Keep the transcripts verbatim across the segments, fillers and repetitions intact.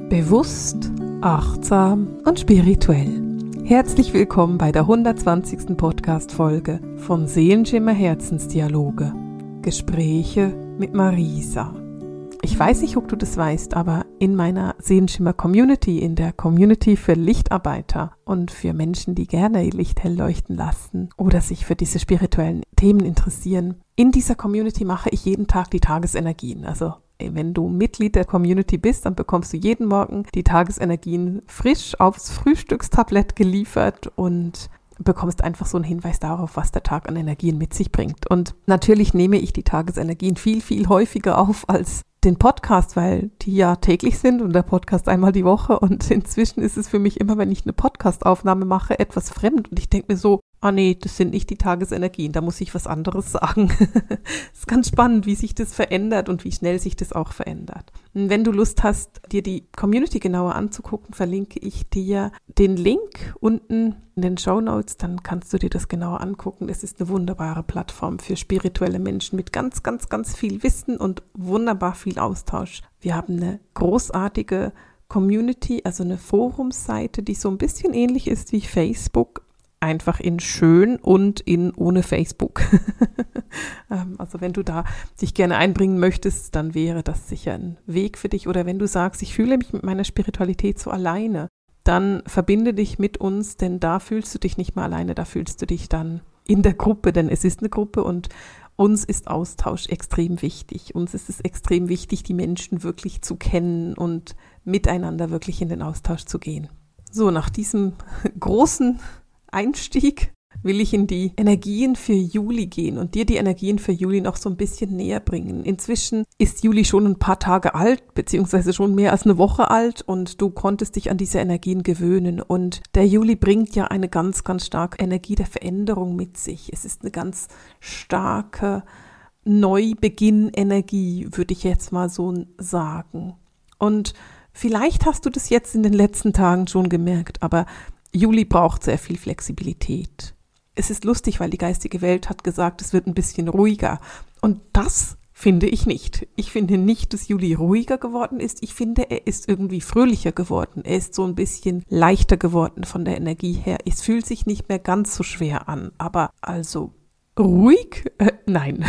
Bewusst, achtsam und spirituell. Herzlich willkommen bei der hundertzwanzigsten Podcast-Folge von Seelenschimmer Herzensdialoge. Gespräche mit Marisa. Ich weiß nicht, ob du das weißt, aber in meiner Seelenschimmer-Community, in der Community für Lichtarbeiter und für Menschen, die gerne ihr Licht hell leuchten lassen oder sich für diese spirituellen Themen interessieren, in dieser Community mache ich jeden Tag die Tagesenergien. Also wenn du Mitglied der Community bist, dann bekommst du jeden Morgen die Tagesenergien frisch aufs Frühstückstablett geliefert und bekommst einfach so einen Hinweis darauf, was der Tag an Energien mit sich bringt. Und natürlich nehme ich die Tagesenergien viel, viel häufiger auf als den Podcast, weil die ja täglich sind und der Podcast einmal die Woche. Und inzwischen ist es für mich immer, wenn ich eine Podcastaufnahme mache, etwas fremd. Und ich denke mir so, ah nee, das sind nicht die Tagesenergien, da muss ich was anderes sagen. Es ist ganz spannend, wie sich das verändert und wie schnell sich das auch verändert. Und wenn du Lust hast, dir die Community genauer anzugucken, verlinke ich dir den Link unten in den Shownotes, dann kannst du dir das genauer angucken. Es ist eine wunderbare Plattform für spirituelle Menschen mit ganz, ganz, ganz viel Wissen und wunderbar viel Austausch. Wir haben eine großartige Community, also eine Forumsseite, die so ein bisschen ähnlich ist wie Facebook, einfach in schön und in ohne Facebook. Also wenn du da dich gerne einbringen möchtest, dann wäre das sicher ein Weg für dich. Oder wenn du sagst, ich fühle mich mit meiner Spiritualität so alleine, dann verbinde dich mit uns, denn da fühlst du dich nicht mehr alleine, da fühlst du dich dann in der Gruppe, denn es ist eine Gruppe und uns ist Austausch extrem wichtig. Uns ist es extrem wichtig, die Menschen wirklich zu kennen und miteinander wirklich in den Austausch zu gehen. So, nach diesem großen Einstieg will ich in die Energien für Juli gehen und dir die Energien für Juli noch so ein bisschen näher bringen. Inzwischen ist Juli schon ein paar Tage alt, beziehungsweise schon mehr als eine Woche alt und du konntest dich an diese Energien gewöhnen. Und der Juli bringt ja eine ganz, ganz starke Energie der Veränderung mit sich. Es ist eine ganz starke Neubeginn-Energie, würde ich jetzt mal so sagen. Und vielleicht hast du das jetzt in den letzten Tagen schon gemerkt, aber Juli braucht sehr viel Flexibilität. Es ist lustig, weil die geistige Welt hat gesagt, es wird ein bisschen ruhiger. Und das finde ich nicht. Ich finde nicht, dass Juli ruhiger geworden ist. Ich finde, er ist irgendwie fröhlicher geworden. Er ist so ein bisschen leichter geworden von der Energie her. Es fühlt sich nicht mehr ganz so schwer an. Aber also ruhig? Äh, nein.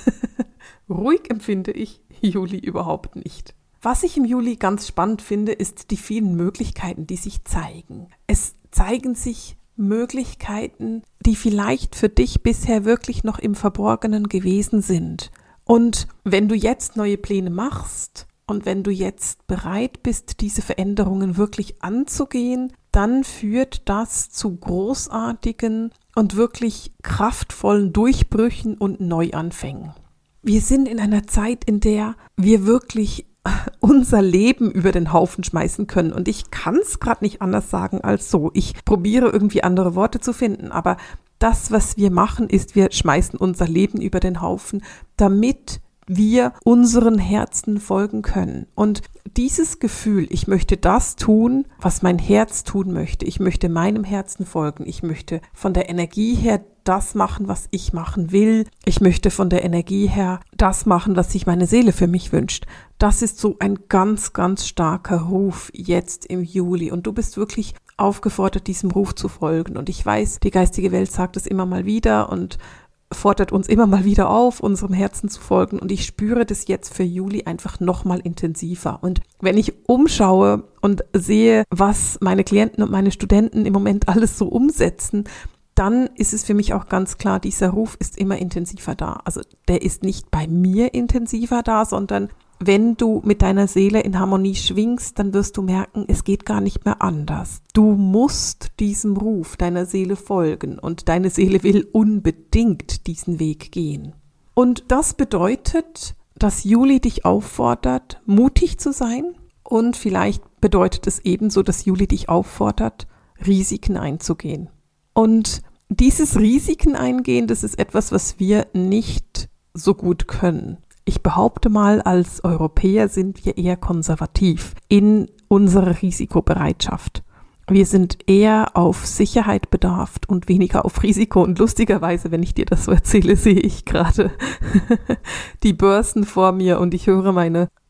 Ruhig empfinde ich Juli überhaupt nicht. Was ich im Juli ganz spannend finde, ist die vielen Möglichkeiten, die sich zeigen. Es zeigen sich Möglichkeiten, die vielleicht für dich bisher wirklich noch im Verborgenen gewesen sind. Und wenn du jetzt neue Pläne machst und wenn du jetzt bereit bist, diese Veränderungen wirklich anzugehen, dann führt das zu großartigen und wirklich kraftvollen Durchbrüchen und Neuanfängen. Wir sind in einer Zeit, in der wir wirklich unser Leben über den Haufen schmeißen können. Und ich kann es gerade nicht anders sagen als so. Ich probiere irgendwie andere Worte zu finden, aber das, was wir machen, ist, wir schmeißen unser Leben über den Haufen, damit wir unseren Herzen folgen können. Und dieses Gefühl, ich möchte das tun, was mein Herz tun möchte. Ich möchte meinem Herzen folgen. Ich möchte von der Energie her das machen, was ich machen will. Ich möchte von der Energie her das machen, was sich meine Seele für mich wünscht. Das ist so ein ganz, ganz starker Ruf jetzt im Juli. Und du bist wirklich aufgefordert, diesem Ruf zu folgen. Und ich weiß, die geistige Welt sagt es immer mal wieder und fordert uns immer mal wieder auf, unserem Herzen zu folgen. Und ich spüre das jetzt für Juli einfach noch mal intensiver. Und wenn ich umschaue und sehe, was meine Klienten und meine Studenten im Moment alles so umsetzen, dann ist es für mich auch ganz klar, dieser Ruf ist immer intensiver da. Also der ist nicht bei mir intensiver da, sondern wenn du mit deiner Seele in Harmonie schwingst, dann wirst du merken, es geht gar nicht mehr anders. Du musst diesem Ruf deiner Seele folgen und deine Seele will unbedingt diesen Weg gehen. Und das bedeutet, dass Juli dich auffordert, mutig zu sein, und vielleicht bedeutet es ebenso, dass Juli dich auffordert, Risiken einzugehen. Und dieses Risiken eingehen, das ist etwas, was wir nicht so gut können. Ich behaupte mal, als Europäer sind wir eher konservativ in unserer Risikobereitschaft. Wir sind eher auf Sicherheit bedacht und weniger auf Risiko. Und lustigerweise, wenn ich dir das so erzähle, sehe ich gerade die Börsen vor mir und ich höre meine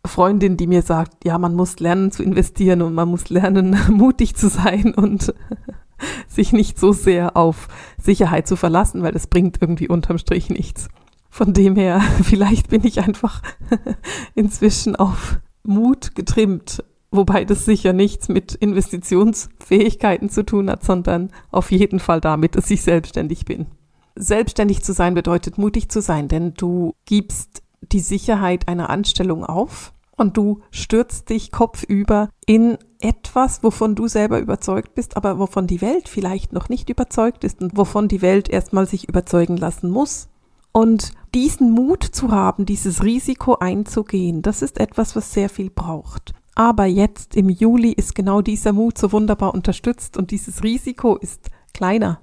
Freundin, die mir sagt, ja, man muss lernen zu investieren und man muss lernen, mutig zu sein und sich nicht so sehr auf Sicherheit zu verlassen, weil das bringt irgendwie unterm Strich nichts. Von dem her, vielleicht bin ich einfach inzwischen auf Mut getrimmt, wobei das sicher nichts mit Investitionsfähigkeiten zu tun hat, sondern auf jeden Fall damit, dass ich selbstständig bin. Selbstständig zu sein bedeutet mutig zu sein, denn du gibst die Sicherheit einer Anstellung auf und du stürzt dich kopfüber in etwas, wovon du selber überzeugt bist, aber wovon die Welt vielleicht noch nicht überzeugt ist und wovon die Welt erstmal sich überzeugen lassen muss. Und diesen Mut zu haben, dieses Risiko einzugehen, das ist etwas, was sehr viel braucht. Aber jetzt im Juli ist genau dieser Mut so wunderbar unterstützt und dieses Risiko ist kleiner.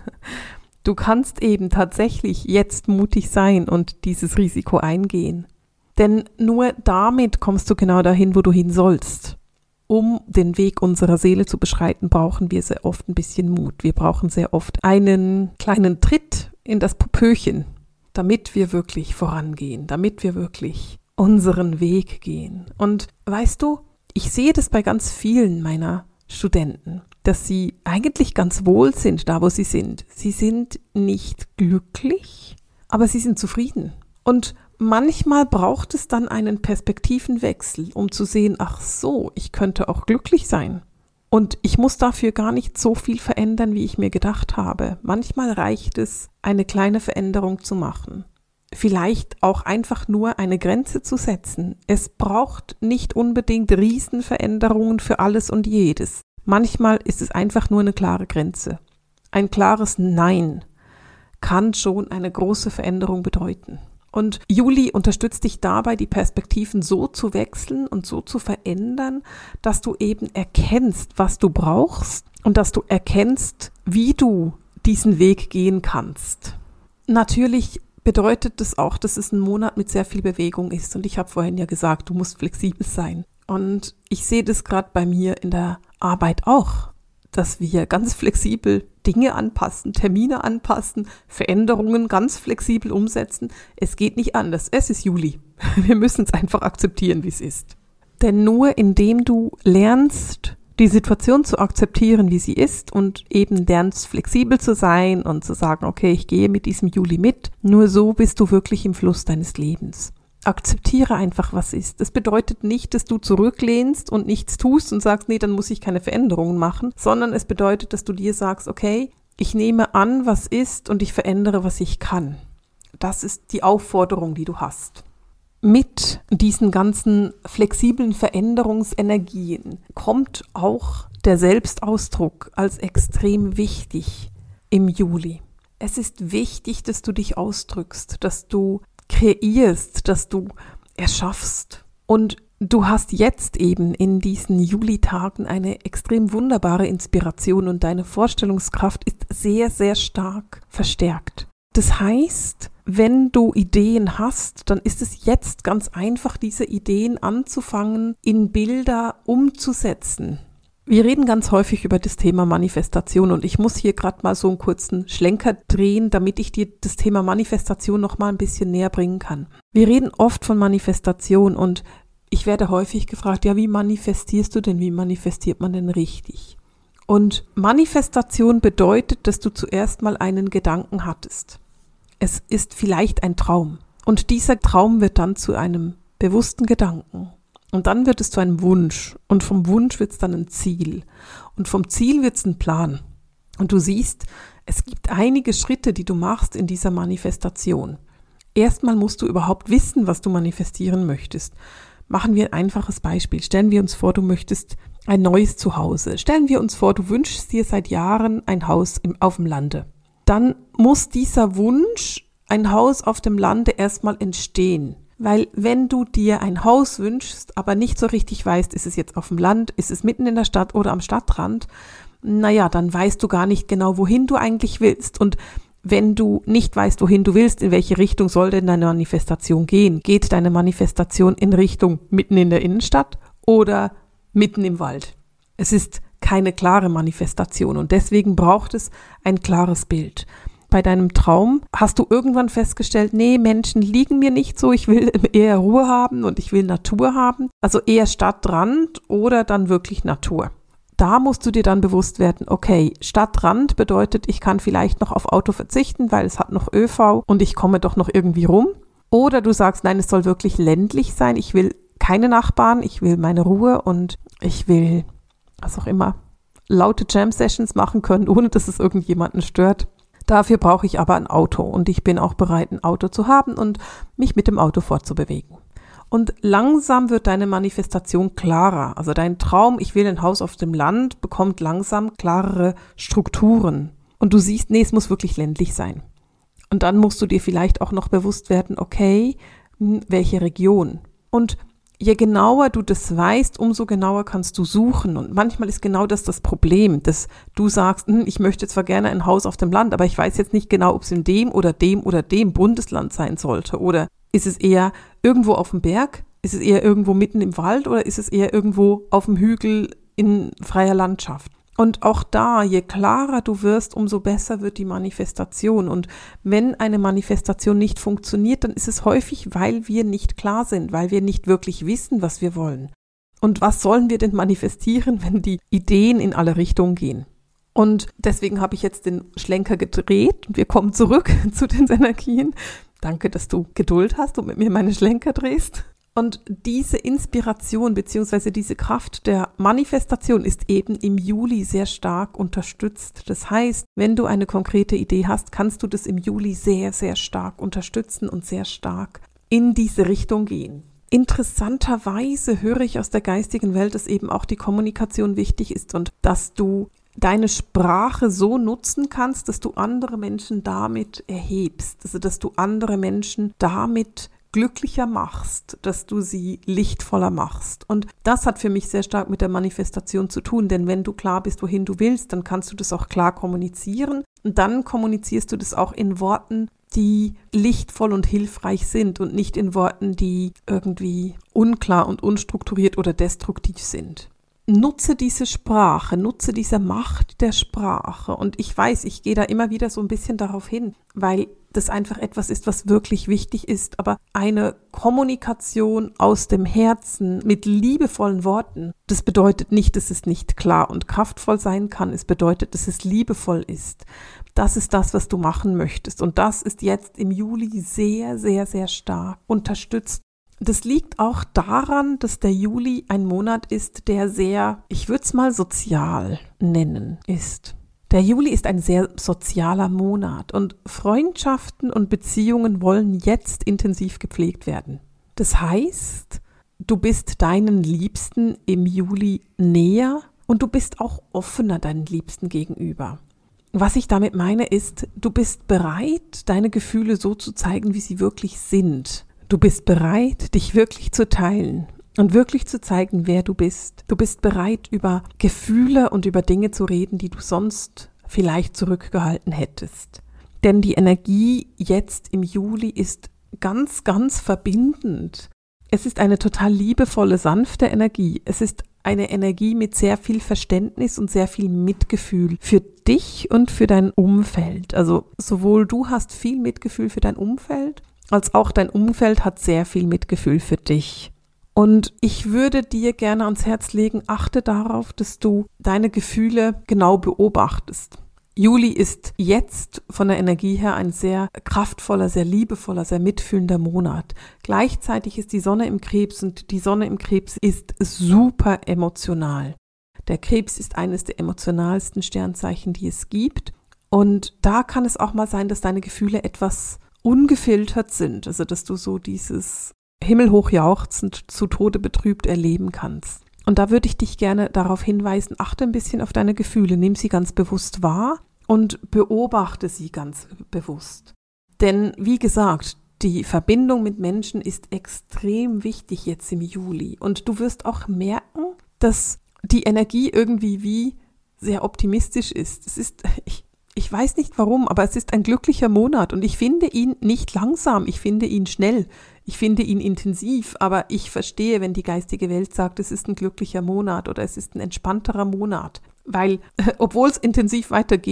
Du kannst eben tatsächlich jetzt mutig sein und dieses Risiko eingehen. Denn nur damit kommst du genau dahin, wo du hin sollst. Um den Weg unserer Seele zu beschreiten, brauchen wir sehr oft ein bisschen Mut. Wir brauchen sehr oft einen kleinen Tritt in das Popöchen, damit wir wirklich vorangehen, damit wir wirklich unseren Weg gehen. Und weißt du, ich sehe das bei ganz vielen meiner Studenten, dass sie eigentlich ganz wohl sind, da wo sie sind. Sie sind nicht glücklich, aber sie sind zufrieden. Und manchmal braucht es dann einen Perspektivenwechsel, um zu sehen, ach so, ich könnte auch glücklich sein. Und ich muss dafür gar nicht so viel verändern, wie ich mir gedacht habe. Manchmal reicht es, eine kleine Veränderung zu machen. Vielleicht auch einfach nur eine Grenze zu setzen. Es braucht nicht unbedingt Riesenveränderungen für alles und jedes. Manchmal ist es einfach nur eine klare Grenze. Ein klares Nein kann schon eine große Veränderung bedeuten. Und Juli unterstützt dich dabei, die Perspektiven so zu wechseln und so zu verändern, dass du eben erkennst, was du brauchst und dass du erkennst, wie du diesen Weg gehen kannst. Natürlich bedeutet das auch, dass es ein Monat mit sehr viel Bewegung ist. Und ich habe vorhin ja gesagt, du musst flexibel sein. Und ich sehe das gerade bei mir in der Arbeit auch, dass wir ganz flexibel Dinge anpassen, Termine anpassen, Veränderungen ganz flexibel umsetzen. Es geht nicht anders. Es ist Juli. Wir müssen es einfach akzeptieren, wie es ist. Denn nur indem du lernst, die Situation zu akzeptieren, wie sie ist und eben lernst, flexibel zu sein und zu sagen, okay, ich gehe mit diesem Juli mit, nur so bist du wirklich im Fluss deines Lebens. Akzeptiere einfach, was ist. Das bedeutet nicht, dass du zurücklehnst und nichts tust und sagst, nee, dann muss ich keine Veränderungen machen, sondern es bedeutet, dass du dir sagst, okay, ich nehme an, was ist und ich verändere, was ich kann. Das ist die Aufforderung, die du hast. Mit diesen ganzen flexiblen Veränderungsenergien kommt auch der Selbstausdruck als extrem wichtig im Juli. Es ist wichtig, dass du dich ausdrückst, dass du kreierst, dass du erschaffst. Und du hast jetzt eben in diesen Julitagen eine extrem wunderbare Inspiration und deine Vorstellungskraft ist sehr, sehr stark verstärkt. Das heißt, wenn du Ideen hast, dann ist es jetzt ganz einfach, diese Ideen anzufangen, in Bilder umzusetzen. Wir reden ganz häufig über das Thema Manifestation und ich muss hier gerade mal so einen kurzen Schlenker drehen, damit ich dir das Thema Manifestation noch mal ein bisschen näher bringen kann. Wir reden oft von Manifestation und ich werde häufig gefragt, ja, wie manifestierst du denn, wie manifestiert man denn richtig? Und Manifestation bedeutet, dass du zuerst mal einen Gedanken hattest. Es ist vielleicht ein Traum und dieser Traum wird dann zu einem bewussten Gedanken. Und dann wird es zu einem Wunsch und vom Wunsch wird es dann ein Ziel und vom Ziel wird es ein Plan. Und du siehst, es gibt einige Schritte, die du machst in dieser Manifestation. Erstmal musst du überhaupt wissen, was du manifestieren möchtest. Machen wir ein einfaches Beispiel. Stellen wir uns vor, du möchtest ein neues Zuhause. Stellen wir uns vor, du wünschst dir seit Jahren ein Haus im, auf dem Lande. Dann muss dieser Wunsch, ein Haus auf dem Lande, erstmal entstehen. Weil wenn du dir ein Haus wünschst, aber nicht so richtig weißt, ist es jetzt auf dem Land, ist es mitten in der Stadt oder am Stadtrand, naja, dann weißt du gar nicht genau, wohin du eigentlich willst. Und wenn du nicht weißt, wohin du willst, in welche Richtung soll denn deine Manifestation gehen? Geht deine Manifestation in Richtung mitten in der Innenstadt oder mitten im Wald? Es ist keine klare Manifestation und deswegen braucht es ein klares Bild. bei deinem Traum hast du irgendwann festgestellt, nee, Menschen liegen mir nicht so, ich will eher Ruhe haben und ich will Natur haben. Also eher Stadtrand oder dann wirklich Natur. Da musst du dir dann bewusst werden, okay, Stadtrand bedeutet, ich kann vielleicht noch auf Auto verzichten, weil es hat noch ÖV und ich komme doch noch irgendwie rum. Oder du sagst, nein, es soll wirklich ländlich sein, ich will keine Nachbarn, ich will meine Ruhe und ich will, was auch immer, laute Jam-Sessions machen können, ohne dass es irgendjemanden stört. Dafür brauche ich aber ein Auto und ich bin auch bereit, ein Auto zu haben und mich mit dem Auto fortzubewegen. Und langsam wird deine Manifestation klarer. Also dein Traum, ich will ein Haus auf dem Land, bekommt langsam klarere Strukturen. Und du siehst, nee, es muss wirklich ländlich sein. Und dann musst du dir vielleicht auch noch bewusst werden, okay, welche Region. Und je genauer du das weißt, umso genauer kannst du suchen. Und manchmal ist genau das das Problem, dass du sagst, hm, ich möchte zwar gerne ein Haus auf dem Land, aber ich weiß jetzt nicht genau, ob es in dem oder dem oder dem Bundesland sein sollte. Oder ist es eher irgendwo auf dem Berg? Ist es eher irgendwo mitten im Wald? Oder ist es eher irgendwo auf dem Hügel in freier Landschaft? Und auch da, je klarer du wirst, umso besser wird die Manifestation. Und wenn eine Manifestation nicht funktioniert, dann ist es häufig, weil wir nicht klar sind, weil wir nicht wirklich wissen, was wir wollen. Und was sollen wir denn manifestieren, wenn die Ideen in alle Richtungen gehen? Und deswegen habe ich jetzt den Schlenker gedreht und wir kommen zurück zu den Energien. Danke, dass du Geduld hast und mit mir meine Schlenker drehst. Und diese Inspiration bzw. diese Kraft der Manifestation ist eben im Juli sehr stark unterstützt. Das heißt, wenn du eine konkrete Idee hast, kannst du das im Juli sehr, sehr stark unterstützen und sehr stark in diese Richtung gehen. Interessanterweise höre ich aus der geistigen Welt, dass eben auch die Kommunikation wichtig ist und dass du deine Sprache so nutzen kannst, dass du andere Menschen damit erhebst, also dass du andere Menschen damit glücklicher machst, dass du sie lichtvoller machst. Und das hat für mich sehr stark mit der Manifestation zu tun, denn wenn du klar bist, wohin du willst, dann kannst du das auch klar kommunizieren und dann kommunizierst du das auch in Worten, die lichtvoll und hilfreich sind und nicht in Worten, die irgendwie unklar und unstrukturiert oder destruktiv sind. Nutze diese Sprache, nutze diese Macht der Sprache. Und ich weiß, ich gehe da immer wieder so ein bisschen darauf hin, weil das einfach etwas ist, was wirklich wichtig ist. Aber eine Kommunikation aus dem Herzen mit liebevollen Worten, das bedeutet nicht, dass es nicht klar und kraftvoll sein kann. Es bedeutet, dass es liebevoll ist. Das ist das, was du machen möchtest. Und das ist jetzt im Juli sehr, sehr, sehr stark unterstützt. Das liegt auch daran, dass der Juli ein Monat ist, der sehr, ich würde es mal sozial nennen, ist. Der Juli ist ein sehr sozialer Monat und Freundschaften und Beziehungen wollen jetzt intensiv gepflegt werden. Das heißt, du bist deinen Liebsten im Juli näher und du bist auch offener deinen Liebsten gegenüber. Was ich damit meine ist, du bist bereit, deine Gefühle so zu zeigen, wie sie wirklich sind. Du bist bereit, dich wirklich zu teilen und wirklich zu zeigen, wer du bist. Du bist bereit, über Gefühle und über Dinge zu reden, die du sonst vielleicht zurückgehalten hättest. Denn die Energie jetzt im Juli ist ganz, ganz verbindend. Es ist eine total liebevolle, sanfte Energie. Es ist eine Energie mit sehr viel Verständnis und sehr viel Mitgefühl für dich und für dein Umfeld. Also sowohl du hast viel Mitgefühl für dein Umfeld, als auch dein Umfeld hat sehr viel Mitgefühl für dich. Und ich würde dir gerne ans Herz legen, achte darauf, dass du deine Gefühle genau beobachtest. Juli ist jetzt von der Energie her ein sehr kraftvoller, sehr liebevoller, sehr mitfühlender Monat. Gleichzeitig ist die Sonne im Krebs und die Sonne im Krebs ist super emotional. Der Krebs ist eines der emotionalsten Sternzeichen, die es gibt. Und da kann es auch mal sein, dass deine Gefühle etwas ungefiltert sind, also dass du so dieses himmelhoch jauchzend, zu Tode betrübt erleben kannst. Und da würde ich dich gerne darauf hinweisen, achte ein bisschen auf deine Gefühle, nimm sie ganz bewusst wahr und beobachte sie ganz bewusst. Denn wie gesagt, die Verbindung mit Menschen ist extrem wichtig jetzt im Juli und du wirst auch merken, dass die Energie irgendwie wie sehr optimistisch ist. Es ist, ich Ich weiß nicht warum, aber es ist ein glücklicher Monat und ich finde ihn nicht langsam, ich finde ihn schnell, ich finde ihn intensiv, aber ich verstehe, wenn die geistige Welt sagt, es ist ein glücklicher Monat oder es ist ein entspannterer Monat, weil obwohl es intensiv weitergeht,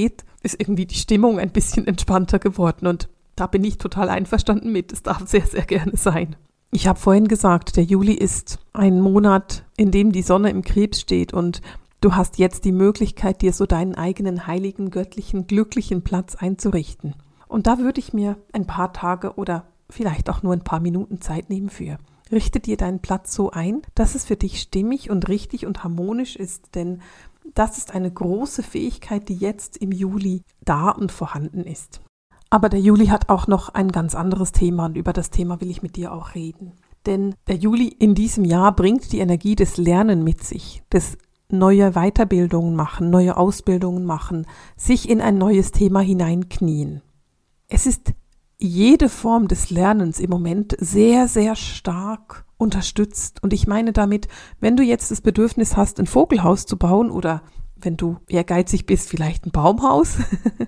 ist irgendwie die Stimmung ein bisschen entspannter geworden und da bin ich total einverstanden mit. Es darf sehr, sehr gerne sein. Ich habe vorhin gesagt, der Juli ist ein Monat, in dem die Sonne im Krebs steht und du hast jetzt die Möglichkeit, dir so deinen eigenen heiligen, göttlichen, glücklichen Platz einzurichten. Und da würde ich mir ein paar Tage oder vielleicht auch nur ein paar Minuten Zeit nehmen für. Richte dir deinen Platz so ein, dass es für dich stimmig und richtig und harmonisch ist, denn das ist eine große Fähigkeit, die jetzt im Juli da und vorhanden ist. Aber der Juli hat auch noch ein ganz anderes Thema und über das Thema will ich mit dir auch reden. Denn der Juli in diesem Jahr bringt die Energie des Lernen mit sich, des neue Weiterbildungen machen, neue Ausbildungen machen, sich in ein neues Thema hineinknien. Es ist jede Form des Lernens im Moment sehr, sehr stark unterstützt. Und ich meine damit, wenn du jetzt das Bedürfnis hast, ein Vogelhaus zu bauen oder wenn du ehrgeizig bist, vielleicht ein Baumhaus,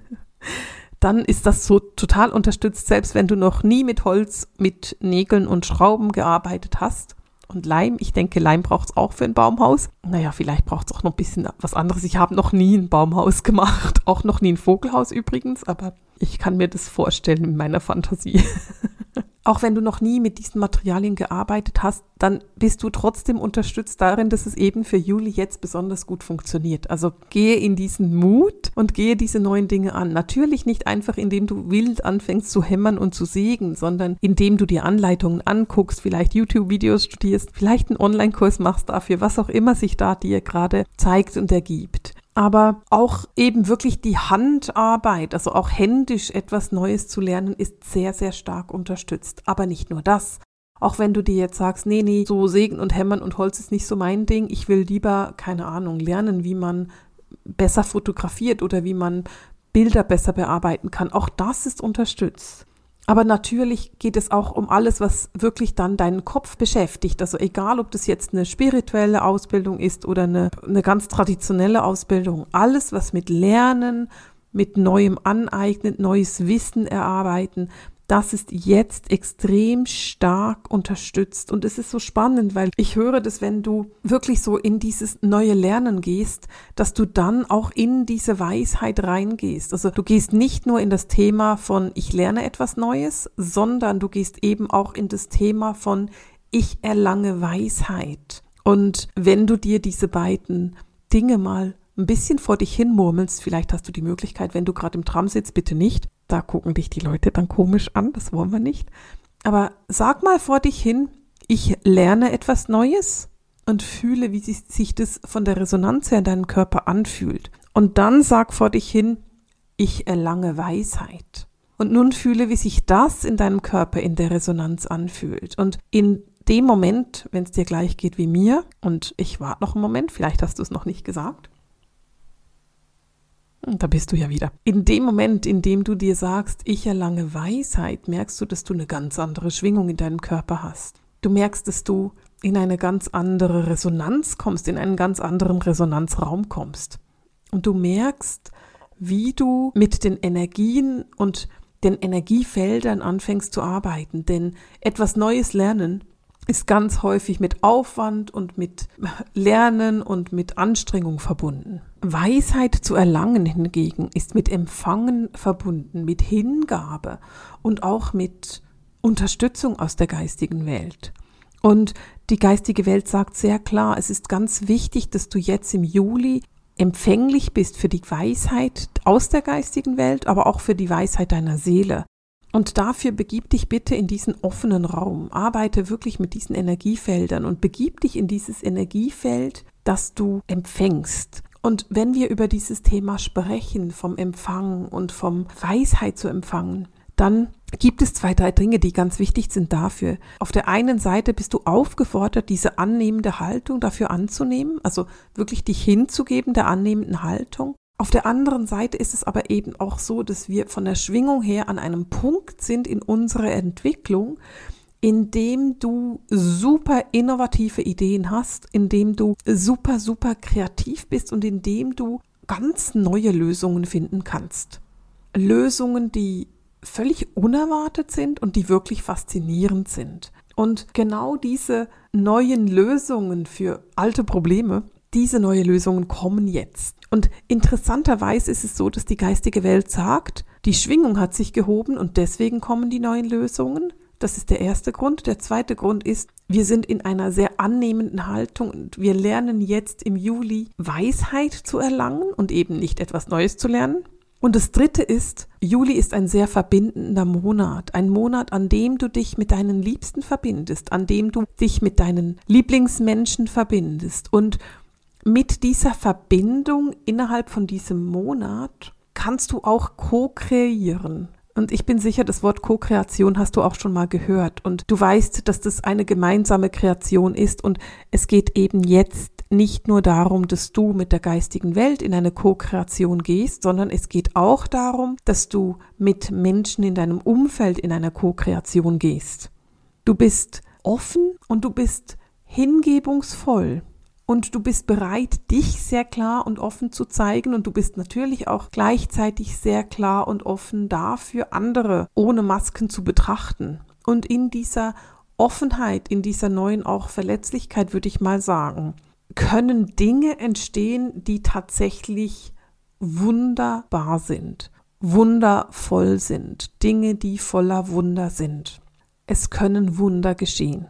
dann ist das so total unterstützt, selbst wenn du noch nie mit Holz, mit Nägeln und Schrauben gearbeitet hast. Und Leim, ich denke, Leim braucht es auch für ein Baumhaus. Naja, vielleicht braucht es auch noch ein bisschen was anderes. Ich habe noch nie ein Baumhaus gemacht, auch noch nie ein Vogelhaus übrigens, aber ich kann mir das vorstellen in meiner Fantasie. Auch wenn du noch nie mit diesen Materialien gearbeitet hast, dann bist du trotzdem unterstützt darin, dass es eben für Juli jetzt besonders gut funktioniert. Also gehe in diesen Mut und gehe diese neuen Dinge an. Natürlich nicht einfach, indem du wild anfängst zu hämmern und zu sägen, sondern indem du dir Anleitungen anguckst, vielleicht YouTube-Videos studierst, vielleicht einen Online-Kurs machst dafür, was auch immer sich da dir gerade zeigt und ergibt. Aber auch eben wirklich die Handarbeit, also auch händisch etwas Neues zu lernen, ist sehr, sehr stark unterstützt. Aber nicht nur das. Auch wenn du dir jetzt sagst, nee, nee, so Sägen und Hämmern und Holz ist nicht so mein Ding. Ich will lieber, keine Ahnung, lernen, wie man besser fotografiert oder wie man Bilder besser bearbeiten kann. Auch das ist unterstützt. Aber natürlich geht es auch um alles, was wirklich dann deinen Kopf beschäftigt. Also egal, ob das jetzt eine spirituelle Ausbildung ist oder eine, eine ganz traditionelle Ausbildung. Alles, was mit Lernen, mit neuem Aneignen, neues Wissen erarbeiten, das ist jetzt extrem stark unterstützt. Und es ist so spannend, weil ich höre, dass wenn du wirklich so in dieses neue Lernen gehst, dass du dann auch in diese Weisheit reingehst. Also du gehst nicht nur in das Thema von ich lerne etwas Neues, sondern du gehst eben auch in das Thema von ich erlange Weisheit. Und wenn du dir diese beiden Dinge mal ein bisschen vor dich hin murmelst, vielleicht hast du die Möglichkeit, wenn du gerade im Tram sitzt, bitte nicht, da gucken dich die Leute dann komisch an, das wollen wir nicht. Aber sag mal vor dich hin, ich lerne etwas Neues und fühle, wie sich das von der Resonanz her in deinem Körper anfühlt. Und dann sag vor dich hin, ich erlange Weisheit. Und nun fühle, wie sich das in deinem Körper in der Resonanz anfühlt. Und in dem Moment, wenn es dir gleich geht wie mir, und ich warte noch einen Moment, vielleicht hast du es noch nicht gesagt, da bist du ja wieder. In dem Moment, in dem du dir sagst, ich erlange Weisheit, merkst du, dass du eine ganz andere Schwingung in deinem Körper hast. Du merkst, dass du in eine ganz andere Resonanz kommst, in einen ganz anderen Resonanzraum kommst. Und du merkst, wie du mit den Energien und den Energiefeldern anfängst zu arbeiten. Denn etwas Neues lernen ist ganz häufig mit Aufwand und mit Lernen und mit Anstrengung verbunden. Weisheit zu erlangen hingegen ist mit Empfangen verbunden, mit Hingabe und auch mit Unterstützung aus der geistigen Welt. Und die geistige Welt sagt sehr klar, es ist ganz wichtig, dass du jetzt im Juli empfänglich bist für die Weisheit aus der geistigen Welt, aber auch für die Weisheit deiner Seele. Und dafür begib dich bitte in diesen offenen Raum. Arbeite wirklich mit diesen Energiefeldern und begib dich in dieses Energiefeld, das du empfängst. Und wenn wir über dieses Thema sprechen, vom Empfang und vom Weisheit zu empfangen, dann gibt es zwei, drei Dinge, die ganz wichtig sind dafür. Auf der einen Seite bist du aufgefordert, diese annehmende Haltung dafür anzunehmen, also wirklich dich hinzugeben der annehmenden Haltung. Auf der anderen Seite ist es aber eben auch so, dass wir von der Schwingung her an einem Punkt sind in unserer Entwicklung, in dem du super innovative Ideen hast, in dem du super, super kreativ bist und in dem du ganz neue Lösungen finden kannst. Lösungen, die völlig unerwartet sind und die wirklich faszinierend sind. Und genau diese neuen Lösungen für alte Probleme, diese neuen Lösungen kommen jetzt. Und interessanterweise ist es so, dass die geistige Welt sagt, die Schwingung hat sich gehoben und deswegen kommen die neuen Lösungen. Das ist der erste Grund. Der zweite Grund ist, wir sind in einer sehr annehmenden Haltung und wir lernen jetzt im Juli Weisheit zu erlangen und eben nicht etwas Neues zu lernen. Und das dritte ist, Juli ist ein sehr verbindender Monat. Ein Monat, an dem du dich mit deinen Liebsten verbindest, an dem du dich mit deinen Lieblingsmenschen verbindest. Und mit dieser Verbindung innerhalb von diesem Monat kannst du auch co-kreieren. Und ich bin sicher, das Wort Co-Kreation hast du auch schon mal gehört. Und du weißt, dass das eine gemeinsame Kreation ist. Und es geht eben jetzt nicht nur darum, dass du mit der geistigen Welt in eine Co-Kreation gehst, sondern es geht auch darum, dass du mit Menschen in deinem Umfeld in eine Co-Kreation gehst. Du bist offen und du bist hingebungsvoll. Und du bist bereit, dich sehr klar und offen zu zeigen und du bist natürlich auch gleichzeitig sehr klar und offen dafür, andere ohne Masken zu betrachten. Und in dieser Offenheit, in dieser neuen auch Verletzlichkeit, würde ich mal sagen, können Dinge entstehen, die tatsächlich wunderbar sind, wundervoll sind, Dinge, die voller Wunder sind. Es können Wunder geschehen.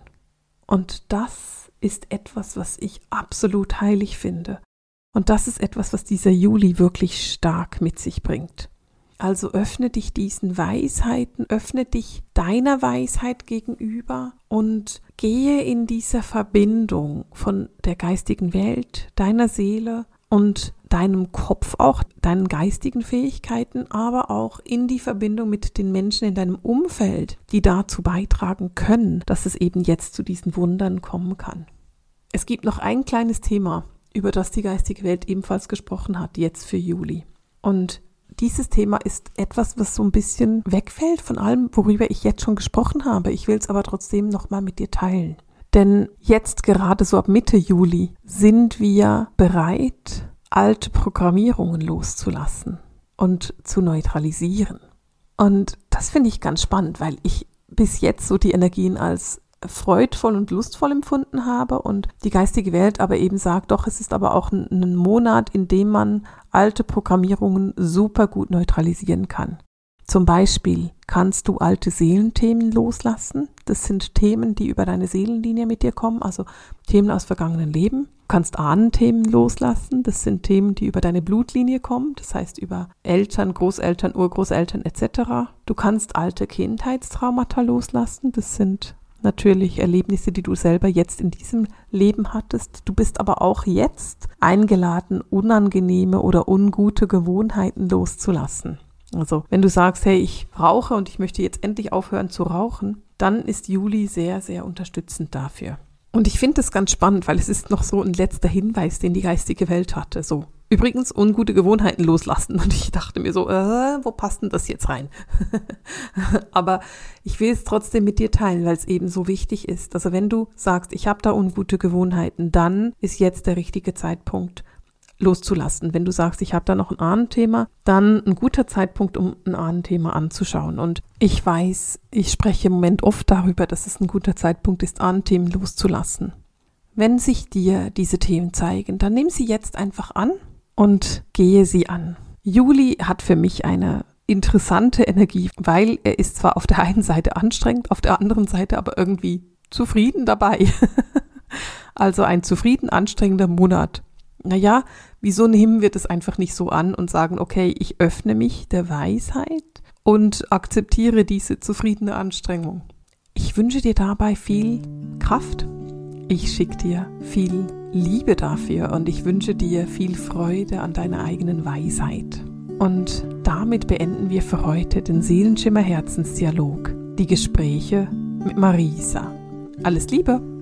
Und das ist etwas, was ich absolut heilig finde. Und das ist etwas, was dieser Juli wirklich stark mit sich bringt. Also öffne dich diesen Weisheiten, öffne dich deiner Weisheit gegenüber und gehe in dieser Verbindung von der geistigen Welt, deiner Seele und deinem Kopf auch, deinen geistigen Fähigkeiten, aber auch in die Verbindung mit den Menschen in deinem Umfeld, die dazu beitragen können, dass es eben jetzt zu diesen Wundern kommen kann. Es gibt noch ein kleines Thema, über das die geistige Welt ebenfalls gesprochen hat, jetzt für Juli. Und dieses Thema ist etwas, was so ein bisschen wegfällt von allem, worüber ich jetzt schon gesprochen habe. Ich will es aber trotzdem nochmal mit dir teilen. Denn jetzt gerade so ab Mitte Juli sind wir bereit, alte Programmierungen loszulassen und zu neutralisieren. Und das finde ich ganz spannend, weil ich bis jetzt so die Energien als freudvoll und lustvoll empfunden habe und die geistige Welt aber eben sagt, doch, es ist aber auch ein, ein Monat, in dem man alte Programmierungen super gut neutralisieren kann. Zum Beispiel kannst du alte Seelenthemen loslassen. Das sind Themen, die über deine Seelenlinie mit dir kommen, also Themen aus vergangenen Leben. Du kannst Ahnenthemen loslassen. Das sind Themen, die über deine Blutlinie kommen, das heißt über Eltern, Großeltern, Urgroßeltern et cetera. Du kannst alte Kindheitstraumata loslassen. Das sind natürlich Erlebnisse, die du selber jetzt in diesem Leben hattest. Du bist aber auch jetzt eingeladen, unangenehme oder ungute Gewohnheiten loszulassen. Also wenn du sagst, hey, ich rauche und ich möchte jetzt endlich aufhören zu rauchen, dann ist Juli sehr, sehr unterstützend dafür. Und ich finde das ganz spannend, weil es ist noch so ein letzter Hinweis, den die geistige Welt hatte. So, übrigens ungute Gewohnheiten loslassen. Und ich dachte mir so, äh, wo passt denn das jetzt rein? Aber ich will es trotzdem mit dir teilen, weil es eben so wichtig ist. Also wenn du sagst, ich habe da ungute Gewohnheiten, dann ist jetzt der richtige Zeitpunkt, loszulassen. Wenn du sagst, ich habe da noch ein Ahnenthema, dann ein guter Zeitpunkt, um ein Ahnenthema anzuschauen. Und ich weiß, ich spreche im Moment oft darüber, dass es ein guter Zeitpunkt ist, Ahnenthemen loszulassen. Wenn sich dir diese Themen zeigen, dann nimm sie jetzt einfach an und gehe sie an. Juli hat für mich eine interessante Energie, weil er ist zwar auf der einen Seite anstrengend, auf der anderen Seite aber irgendwie zufrieden dabei. Also ein zufrieden anstrengender Monat. Naja, wieso nehmen wir das einfach nicht so an und sagen, okay, ich öffne mich der Weisheit und akzeptiere diese zufriedene Anstrengung. Ich wünsche dir dabei viel Kraft. Ich schicke dir viel Liebe dafür und ich wünsche dir viel Freude an deiner eigenen Weisheit. Und damit beenden wir für heute den Seelenschimmer Herzensdialog, die Gespräche mit Marisa. Alles Liebe!